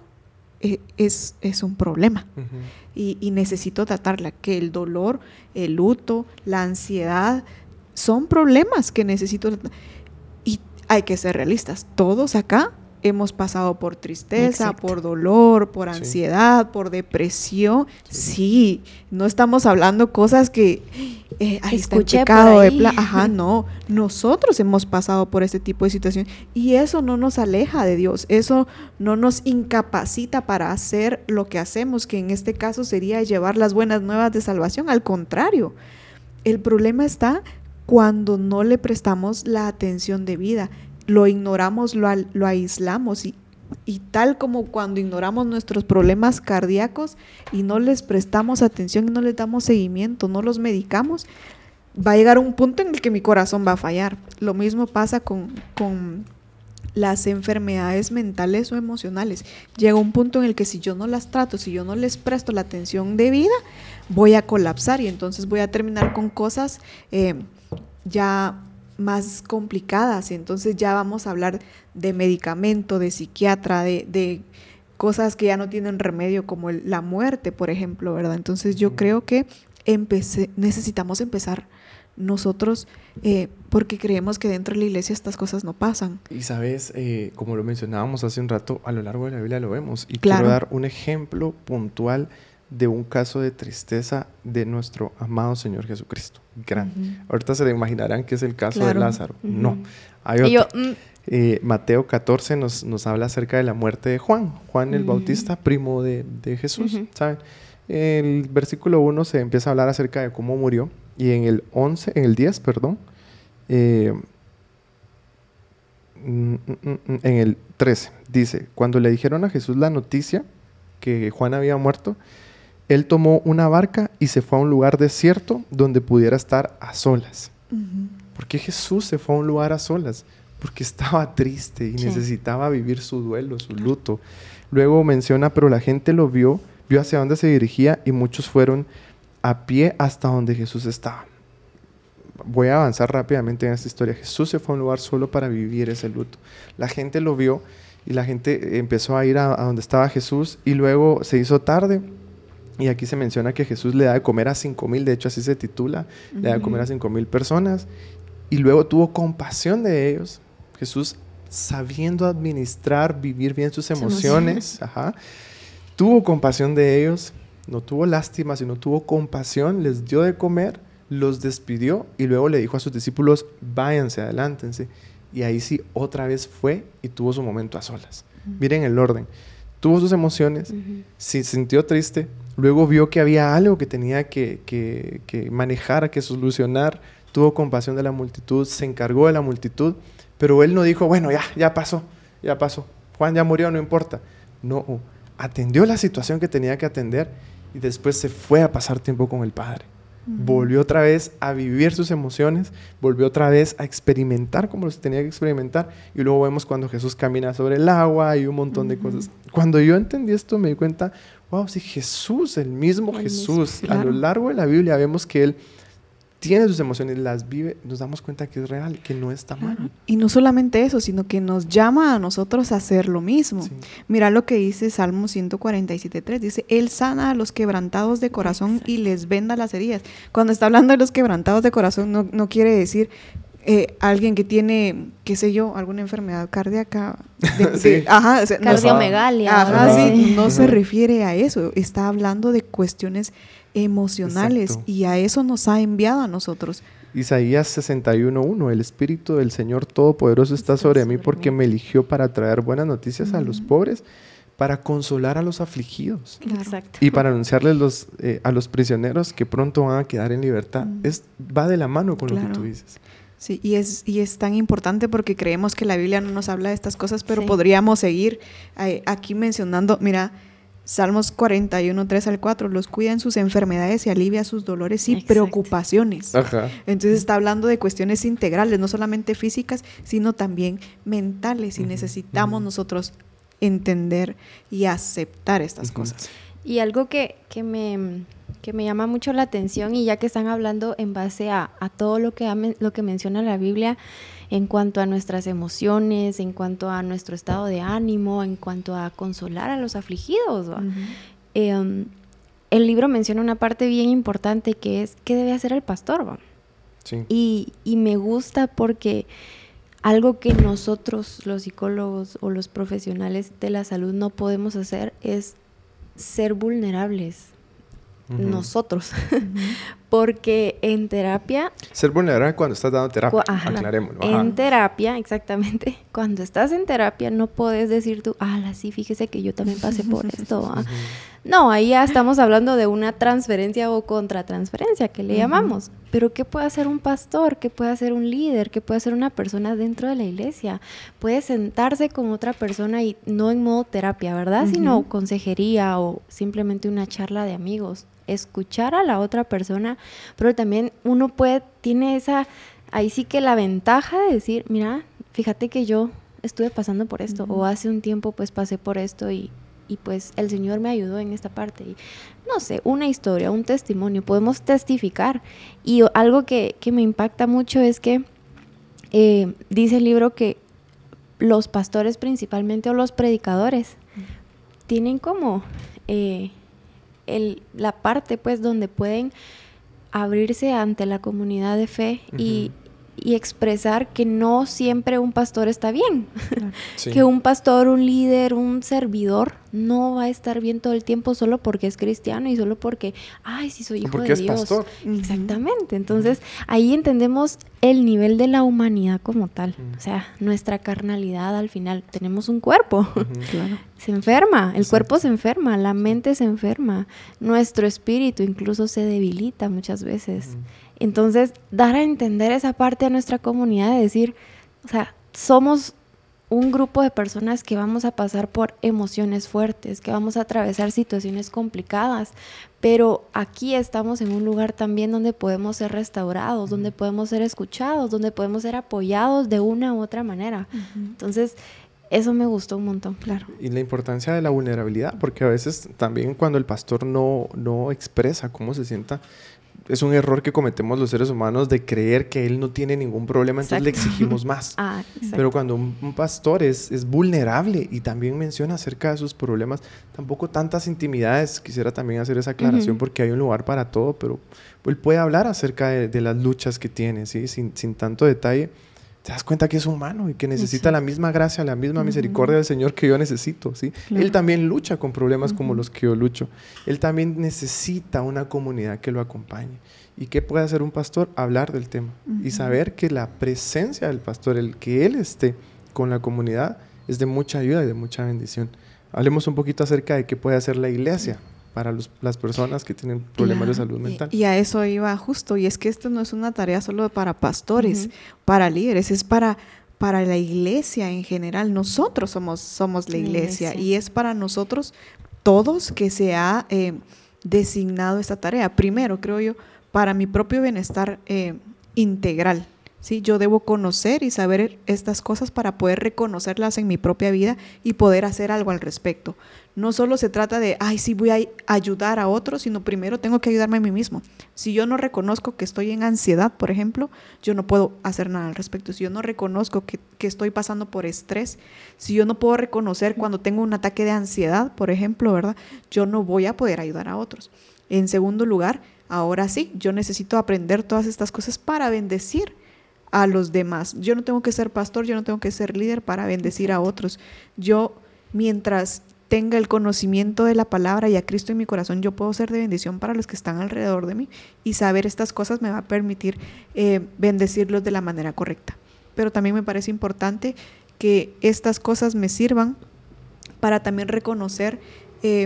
es, es un problema. Uh-huh. y, y necesito tratarla, que el dolor, el luto, la ansiedad son problemas que necesito tratar. Y hay que ser realistas, todos acá hemos pasado por tristeza, exacto, por dolor, por ansiedad, sí, por depresión. Sí. sí, no estamos hablando cosas que eh, ahí está el pecado de pla- Ajá, no. Nosotros hemos pasado por este tipo de situación y eso no nos aleja de Dios. Eso no nos incapacita para hacer lo que hacemos, que en este caso sería llevar las buenas nuevas de salvación. Al contrario, el problema está cuando no le prestamos la atención debida. Lo ignoramos, lo, lo aislamos y, y tal como cuando ignoramos nuestros problemas cardíacos y no les prestamos atención y no les damos seguimiento, no los medicamos, va a llegar un punto en el que mi corazón va a fallar. Lo mismo pasa con, con las enfermedades mentales o emocionales. Llega un punto en el que si yo no las trato, si yo no les presto la atención debida, voy a colapsar y entonces voy a terminar con cosas eh, ya más complicadas, y entonces ya vamos a hablar de medicamento, de psiquiatra, de, de cosas que ya no tienen remedio, como el, la muerte, por ejemplo, ¿verdad? Entonces yo creo que empecé, necesitamos empezar nosotros, eh, porque creemos que dentro de la iglesia estas cosas no pasan. Y sabes, eh, como lo mencionábamos hace un rato, a lo largo de la Biblia lo vemos, y claro, quiero dar un ejemplo puntual de un caso de tristeza de nuestro amado Señor Jesucristo. Grande. Uh-huh. Ahorita se le imaginarán que es el caso claro. de Lázaro. Uh-huh. No, hay otro. Yo, mm. eh, Mateo catorce nos, nos habla acerca de la muerte de Juan. Juan el uh-huh. Bautista, primo de, de Jesús, uh-huh. ¿saben? el versículo uno se empieza a hablar acerca de cómo murió, y en el once, en el diez, perdón, eh, en el trece, dice, cuando le dijeron a Jesús la noticia que Juan había muerto, él tomó una barca y se fue a un lugar desierto donde pudiera estar a solas. Uh-huh. ¿Por qué Jesús se fue a un lugar a solas? Porque estaba triste y sí. necesitaba vivir su duelo, su luto. Luego menciona, pero la gente lo vio, vio hacia dónde se dirigía y muchos fueron a pie hasta donde Jesús estaba. Voy a avanzar rápidamente en esta historia. Jesús se fue a un lugar solo para vivir ese luto. La gente lo vio y la gente empezó a ir a, a donde estaba Jesús, y luego se hizo tarde. Y aquí se menciona que Jesús le da de comer a cinco mil, de hecho así se titula, uh-huh. le da de comer a cinco mil personas, y luego tuvo compasión de ellos. Jesús, sabiendo administrar, vivir bien sus emociones, ajá, tuvo compasión de ellos, no tuvo lástima, sino tuvo compasión, les dio de comer, los despidió, y luego le dijo a sus discípulos, váyanse, adelántense. Y ahí sí, otra vez fue y tuvo su momento a solas. Uh-huh. Miren el orden. Tuvo sus emociones, uh-huh. se sintió triste, luego vio que había algo que tenía que, que, que manejar, que solucionar, tuvo compasión de la multitud, se encargó de la multitud, pero él no dijo, bueno, ya, ya pasó, ya pasó, Juan ya murió, no importa. No, atendió la situación que tenía que atender y después se fue a pasar tiempo con el Padre. Uh-huh. Volvió otra vez a vivir sus emociones, volvió otra vez a experimentar como se tenía que experimentar, y luego vemos cuando Jesús camina sobre el agua y un montón uh-huh. de cosas. Cuando yo entendí esto me di cuenta, wow, sí, Jesús, el mismo el Jesús, mismo, claro. A lo largo de la Biblia vemos que Él tiene sus emociones, las vive, nos damos cuenta que es real, que no está mal. Claro. Y no solamente eso, sino que nos llama a nosotros a hacer lo mismo. Sí. Mira lo que dice Salmo ciento cuarenta y siete, tres, dice, Él sana a los quebrantados de corazón. Exacto. Y les venda las heridas. Cuando está hablando de los quebrantados de corazón, no, no quiere decir eh, alguien que tiene, qué sé yo, alguna enfermedad cardíaca. De, sí. de, ajá, o sea, cardiomegalia. Ajá, ajá, sí, no ajá. se refiere a eso. Está hablando de cuestiones emocionales. Exacto. Y a eso nos ha enviado a nosotros. Isaías sesenta y uno, uno, el Espíritu del Señor Todopoderoso está, está sobre mí porque me eligió para traer buenas noticias mm. a los pobres, para consolar a los afligidos. Claro. Exacto. Y para anunciarles los, eh, a los prisioneros que pronto van a quedar en libertad. Mm. Es, va de la mano con claro. lo que tú dices. Sí, y es, y es tan importante porque creemos que la Biblia no nos habla de estas cosas, pero sí. podríamos seguir eh, aquí mencionando, mira, Salmos cuarenta y uno, tres al cuatro, los cuida en sus enfermedades y alivia sus dolores y Exacto. preocupaciones. Ajá. Entonces está hablando de cuestiones integrales, no solamente físicas, sino también mentales, y uh-huh. necesitamos uh-huh. nosotros entender y aceptar estas uh-huh. cosas. Y algo que, que, me, que me llama mucho la atención, y ya que están hablando en base a, a todo lo que, ha, lo que menciona la Biblia, en cuanto a nuestras emociones, en cuanto a nuestro estado de ánimo, en cuanto a consolar a los afligidos. Uh-huh. Eh, um, el libro menciona una parte bien importante que es ¿qué debe hacer el pastor? ¿Va? Sí. Y, y me gusta porque algo que nosotros, los psicólogos o los profesionales de la salud, no podemos hacer es ser vulnerables. Uh-huh. Nosotros, uh-huh. porque en terapia... Ser vulnerable cuando estás dando terapia, cu- ajá, aclarémoslo. Ajá. En terapia, exactamente, cuando estás en terapia no puedes decir tú, ah, sí, fíjese que yo también pasé por esto. Uh-huh. No, ahí ya estamos hablando de una transferencia o contratransferencia, que le uh-huh. llamamos. Pero ¿qué puede hacer un pastor? ¿Qué puede hacer un líder? ¿Qué puede hacer una persona dentro de la iglesia? Puede sentarse con otra persona y no en modo terapia, ¿verdad? Uh-huh. Sino consejería o simplemente una charla de amigos. Escuchar a la otra persona, pero también uno puede, tiene esa, ahí sí que la ventaja de decir, mira, fíjate que yo estuve pasando por esto, uh-huh. o hace un tiempo pues pasé por esto y, y pues el Señor me ayudó en esta parte. Y, no sé, una historia, un testimonio, podemos testificar. Y algo que, que me impacta mucho es que eh, dice el libro que los pastores principalmente o los predicadores uh-huh. tienen como... Eh, El, la parte pues donde pueden abrirse ante la comunidad de fe uh-huh. y, y expresar que no siempre un pastor está bien. Claro. Sí. Que un pastor, un líder, un servidor no va a estar bien todo el tiempo solo porque es cristiano y solo porque, ay, sí soy hijo porque de es Dios. pastor. Exactamente. Entonces, uh-huh. ahí entendemos el nivel de la humanidad como tal. Uh-huh. O sea, nuestra carnalidad al final. Tenemos un cuerpo. Uh-huh. Claro. Se enferma. El Exacto. cuerpo se enferma. La mente se enferma. Nuestro espíritu incluso se debilita muchas veces. Uh-huh. Entonces, dar a entender esa parte a nuestra comunidad de decir, o sea, somos un grupo de personas que vamos a pasar por emociones fuertes, que vamos a atravesar situaciones complicadas, pero aquí estamos en un lugar también donde podemos ser restaurados, uh-huh. donde podemos ser escuchados, donde podemos ser apoyados de una u otra manera. Uh-huh. Entonces, eso me gustó un montón, claro. Y la importancia de la vulnerabilidad, porque a veces también cuando el pastor no, no expresa cómo se sienta, es un error que cometemos los seres humanos de creer que él no tiene ningún problema, entonces Exacto. le exigimos más. Ah, Pero cuando un, un pastor es, es vulnerable y también menciona acerca de sus problemas, tampoco tantas intimidades, quisiera también hacer esa aclaración uh-huh. porque hay un lugar para todo, pero él puede hablar acerca de, de las luchas que tiene, ¿sí? sin, sin tanto detalle. Te das cuenta que es humano y que necesita sí. la misma gracia, la misma uh-huh. misericordia del Señor que yo necesito, ¿sí? Claro. Él también lucha con problemas uh-huh. como los que yo lucho. Él también necesita una comunidad que lo acompañe. ¿Y qué puede hacer un pastor? Hablar del tema uh-huh. y saber que la presencia del pastor, el que él esté con la comunidad, es de mucha ayuda y de mucha bendición. Hablemos un poquito acerca de qué puede hacer la iglesia para los, las personas que tienen problemas claro. de salud mental. Y, y a eso iba justo, y es que esto no es una tarea solo para pastores, uh-huh. para líderes, es para, para la iglesia en general. Nosotros somos, somos la iglesia, iglesia y es para nosotros todos que se ha eh, designado esta tarea. Primero, creo yo, para mi propio bienestar eh, integral. ¿Sí? Yo debo conocer y saber estas cosas para poder reconocerlas en mi propia vida y poder hacer algo al respecto. No solo se trata de, ay, sí voy a ayudar a otros, sino primero tengo que ayudarme a mí mismo. Si yo no reconozco que estoy en ansiedad, por ejemplo, yo no puedo hacer nada al respecto. Si yo no reconozco que, que estoy pasando por estrés, si yo no puedo reconocer cuando tengo un ataque de ansiedad, por ejemplo, ¿verdad? Yo no voy a poder ayudar a otros. En segundo lugar, ahora sí, yo necesito aprender todas estas cosas para bendecir a los demás. Yo no tengo que ser pastor, yo no tengo que ser líder para bendecir a otros. Yo, mientras tenga el conocimiento de la palabra y a Cristo en mi corazón, yo puedo ser de bendición para los que están alrededor de mí, y saber estas cosas me va a permitir eh, bendecirlos de la manera correcta. Pero también me parece importante que estas cosas me sirvan para también reconocer eh,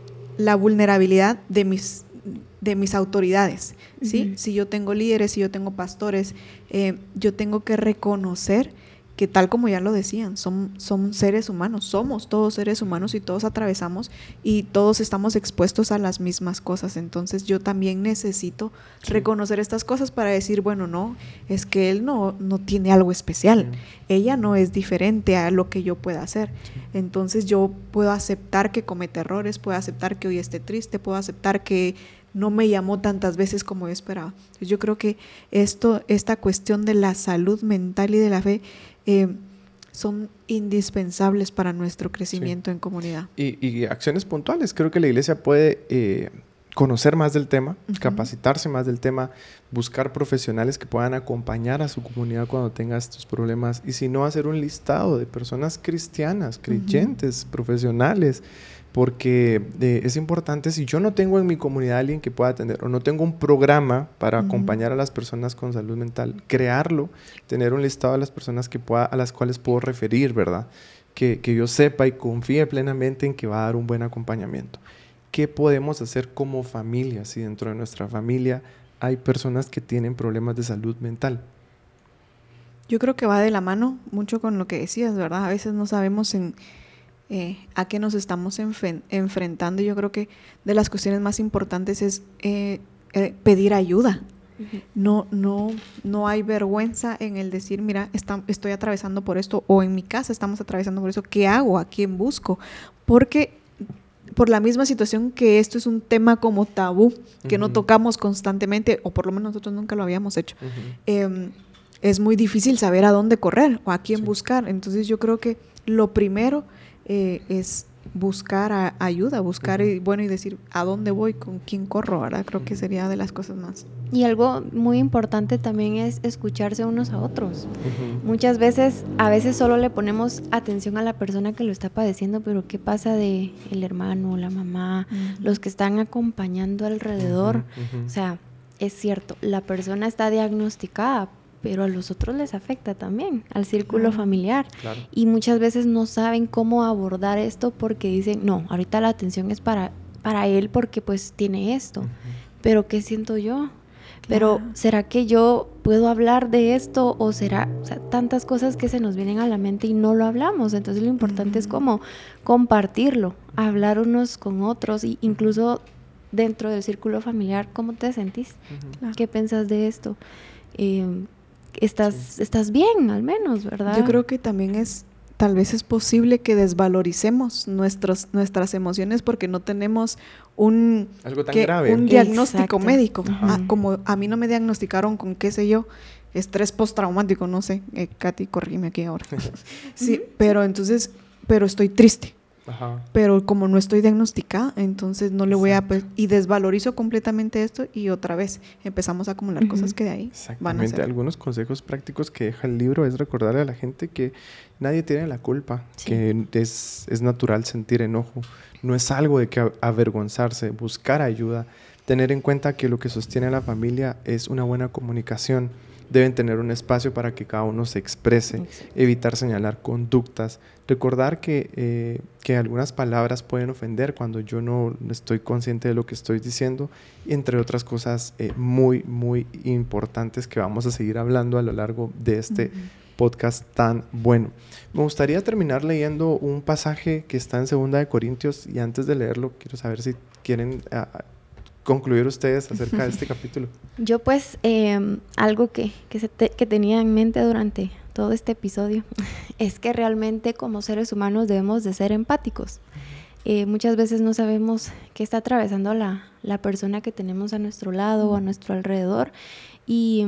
la vulnerabilidad de mis de mis autoridades, ¿sí? Uh-huh. Si yo tengo líderes, si yo tengo pastores, eh, yo tengo que reconocer que, tal como ya lo decían, son, son seres humanos, somos todos seres humanos y todos atravesamos y todos estamos expuestos a las mismas cosas. Entonces yo también necesito sí. reconocer estas cosas para decir, bueno, no, es que él no, no tiene algo especial, sí. ella no es diferente a lo que yo pueda hacer. Sí. Entonces yo puedo aceptar que comete errores, puedo aceptar que hoy esté triste, puedo aceptar que no me llamó tantas veces como yo esperaba. Yo creo que esto, esta cuestión de la salud mental y de la fe eh, son indispensables para nuestro crecimiento sí. en comunidad. Y, y acciones puntuales. Creo que la iglesia puede eh, conocer más del tema, uh-huh. capacitarse más del tema, buscar profesionales que puedan acompañar a su comunidad cuando tenga estos problemas, y si no, hacer un listado de personas cristianas, creyentes, uh-huh. profesionales, porque eh, es importante. Si yo no tengo en mi comunidad alguien que pueda atender, o no tengo un programa para uh-huh. acompañar a las personas con salud mental, crearlo, tener un listado de las personas que pueda, a las cuales puedo referir, ¿verdad? Que, que yo sepa y confíe plenamente en que va a dar un buen acompañamiento. ¿Qué podemos hacer como familia si dentro de nuestra familia hay personas que tienen problemas de salud mental? Yo creo que va de la mano mucho con lo que decías, ¿verdad? A veces no sabemos en Eh, a qué nos estamos enf- enfrentando. Yo creo que de las cuestiones más importantes es eh, eh, pedir ayuda. Uh-huh. No, no, no hay vergüenza en el decir, mira, está, estoy atravesando por esto, o en mi casa estamos atravesando por eso. ¿Qué hago? ¿A quién busco? Porque por la misma situación que esto es un tema como tabú, que uh-huh. no tocamos constantemente, o por lo menos nosotros nunca lo habíamos hecho, uh-huh. eh, es muy difícil saber a dónde correr o a quién sí. buscar. Entonces yo creo que lo primero Eh, es buscar a, ayuda, buscar Uh-huh. y, bueno, y decir a dónde voy, con quién corro, ¿verdad? Creo uh-huh. que sería de las cosas más. Y algo muy importante también es escucharse unos a otros. Uh-huh. Muchas veces, a veces solo le ponemos atención a la persona que lo está padeciendo, pero ¿qué pasa de el hermano, la mamá, uh-huh. los que están acompañando alrededor? Uh-huh. Uh-huh. O sea, es cierto, la persona está diagnosticada, pero a los otros les afecta también, al círculo claro. familiar. Claro. Y muchas veces no saben cómo abordar esto porque dicen, no, ahorita la atención es para, para él porque pues tiene esto. Uh-huh. Pero ¿qué siento yo? Pero claro. ¿será que yo puedo hablar de esto? O será, o sea, tantas cosas que se nos vienen a la mente y no lo hablamos. Entonces lo importante uh-huh. es como compartirlo, hablar unos con otros, e incluso dentro del círculo familiar, ¿cómo te sentís? Uh-huh. Claro. ¿Qué piensas de esto? Eh, Estás, sí. estás bien, al menos, ¿verdad? Yo creo que también es, tal vez es posible que desvaloricemos nuestros, nuestras emociones porque no tenemos un, Algo tan que, grave. un diagnóstico Exacto. médico. Uh-huh. Ah, como a mí no me diagnosticaron con, qué sé yo, estrés postraumático, no sé. Eh, Katy, corrígeme aquí ahora. Sí, uh-huh. pero entonces, pero estoy triste. Ajá. Pero como no estoy diagnosticada, entonces no le voy a... Pues, y desvalorizo completamente esto y otra vez empezamos a acumular uh-huh. cosas que de ahí van a ser. Algunos consejos prácticos que deja el libro es recordarle a la gente que nadie tiene la culpa, sí. que es, es natural sentir enojo, no es algo de que avergonzarse, buscar ayuda, tener en cuenta que lo que sostiene a la familia es una buena comunicación. Deben tener un espacio para que cada uno se exprese, Exacto. evitar señalar conductas, recordar que, eh, que algunas palabras pueden ofender cuando yo no estoy consciente de lo que estoy diciendo, entre otras cosas eh, muy, muy importantes que vamos a seguir hablando a lo largo de este uh-huh. podcast tan bueno. Me gustaría terminar leyendo un pasaje que está en segunda de Corintios y antes de leerlo quiero saber si quieren... Uh, concluir ustedes acerca de este capítulo. Yo pues eh, algo que, que, se te, que tenía en mente durante todo este episodio es que realmente como seres humanos debemos de ser empáticos. Eh, muchas veces no sabemos qué está atravesando la, la persona que tenemos a nuestro lado o a nuestro alrededor y,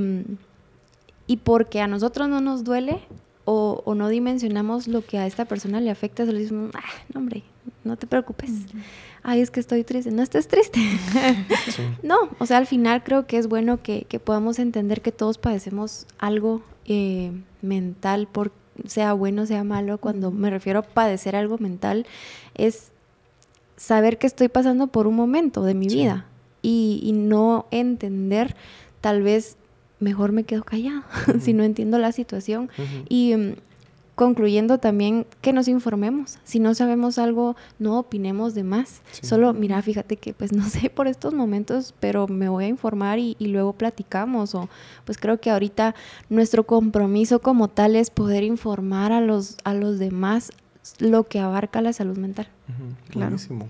y porque a nosotros no nos duele o, o no dimensionamos lo que a esta persona le afecta, se le decimos, ah, no hombre, no te preocupes. Uh-huh. Ay, es que estoy triste. No estés triste. Sí. No, o sea, al final creo que es bueno que, que podamos entender que todos padecemos algo eh, mental, por, sea bueno, sea malo. Cuando me refiero a padecer algo mental, es saber que estoy pasando por un momento de mi sí. vida y, y no entender, tal vez mejor me quedo callado uh-huh. si no entiendo la situación. Uh-huh. Y... Um, concluyendo también que nos informemos. Si no sabemos algo, no opinemos de más. Sí. Solo, mira, fíjate que pues no sé por estos momentos, pero me voy a informar y, y luego platicamos. O pues creo que ahorita nuestro compromiso como tal es poder informar a los, a los demás lo que abarca la salud mental. Uh-huh. Claro. Buenísimo.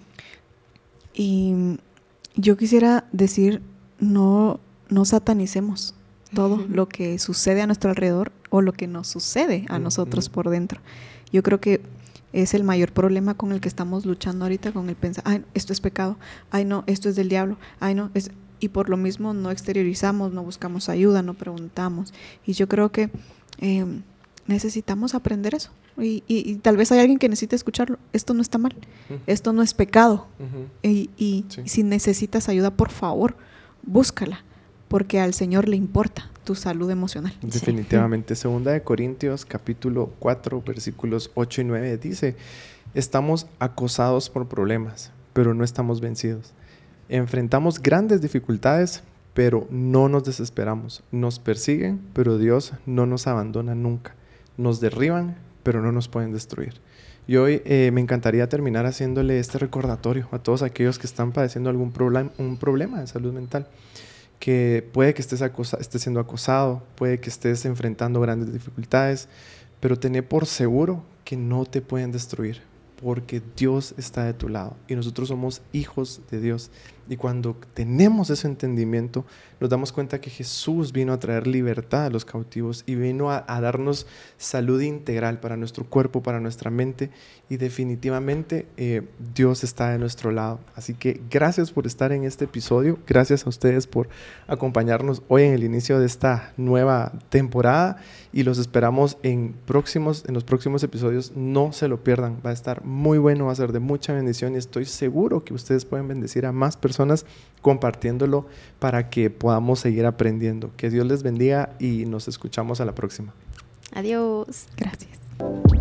Y yo quisiera decir, no, no satanicemos todo uh-huh. lo que sucede a nuestro alrededor o lo que nos sucede a uh-huh. nosotros por dentro. Yo creo que es el mayor problema con el que estamos luchando ahorita, con el pensar, ay, esto es pecado, ay, no, esto es del diablo, ay, no, es... y por lo mismo no exteriorizamos, no buscamos ayuda, no preguntamos. Y yo creo que eh, necesitamos aprender eso. Y, y, y tal vez hay alguien que necesite escucharlo. Esto no está mal, uh-huh. esto no es pecado. Uh-huh. Y, y sí. si necesitas ayuda, por favor, búscala, porque al Señor le importa tu salud emocional. Definitivamente. Sí. Segunda de Corintios, capítulo cuatro, versículos ocho y nueve, dice: estamos acosados por problemas, pero no estamos vencidos. Enfrentamos grandes dificultades, pero no nos desesperamos. Nos persiguen, pero Dios no nos abandona nunca. Nos derriban, pero no nos pueden destruir. Y hoy eh, me encantaría terminar haciéndole este recordatorio a todos aquellos que están padeciendo algún problem- un problema de salud mental. Que puede que estés, acosa- estés siendo acosado, puede que estés enfrentando grandes dificultades, pero tené por seguro que no te pueden destruir, porque Dios está de tu lado y nosotros somos hijos de Dios. Y cuando tenemos ese entendimiento, nos damos cuenta que Jesús vino a traer libertad a los cautivos y vino a, a darnos salud integral para nuestro cuerpo, para nuestra mente, y definitivamente eh, Dios está de nuestro lado. Así que gracias por estar en este episodio, gracias a ustedes por acompañarnos hoy en el inicio de esta nueva temporada, y los esperamos en, próximos, en los próximos episodios. No se lo pierdan, va a estar muy bueno, va a ser de mucha bendición, y estoy seguro que ustedes pueden bendecir a más personas personas compartiéndolo para que podamos seguir aprendiendo. Que Dios les bendiga y nos escuchamos a la próxima. Adiós. Gracias.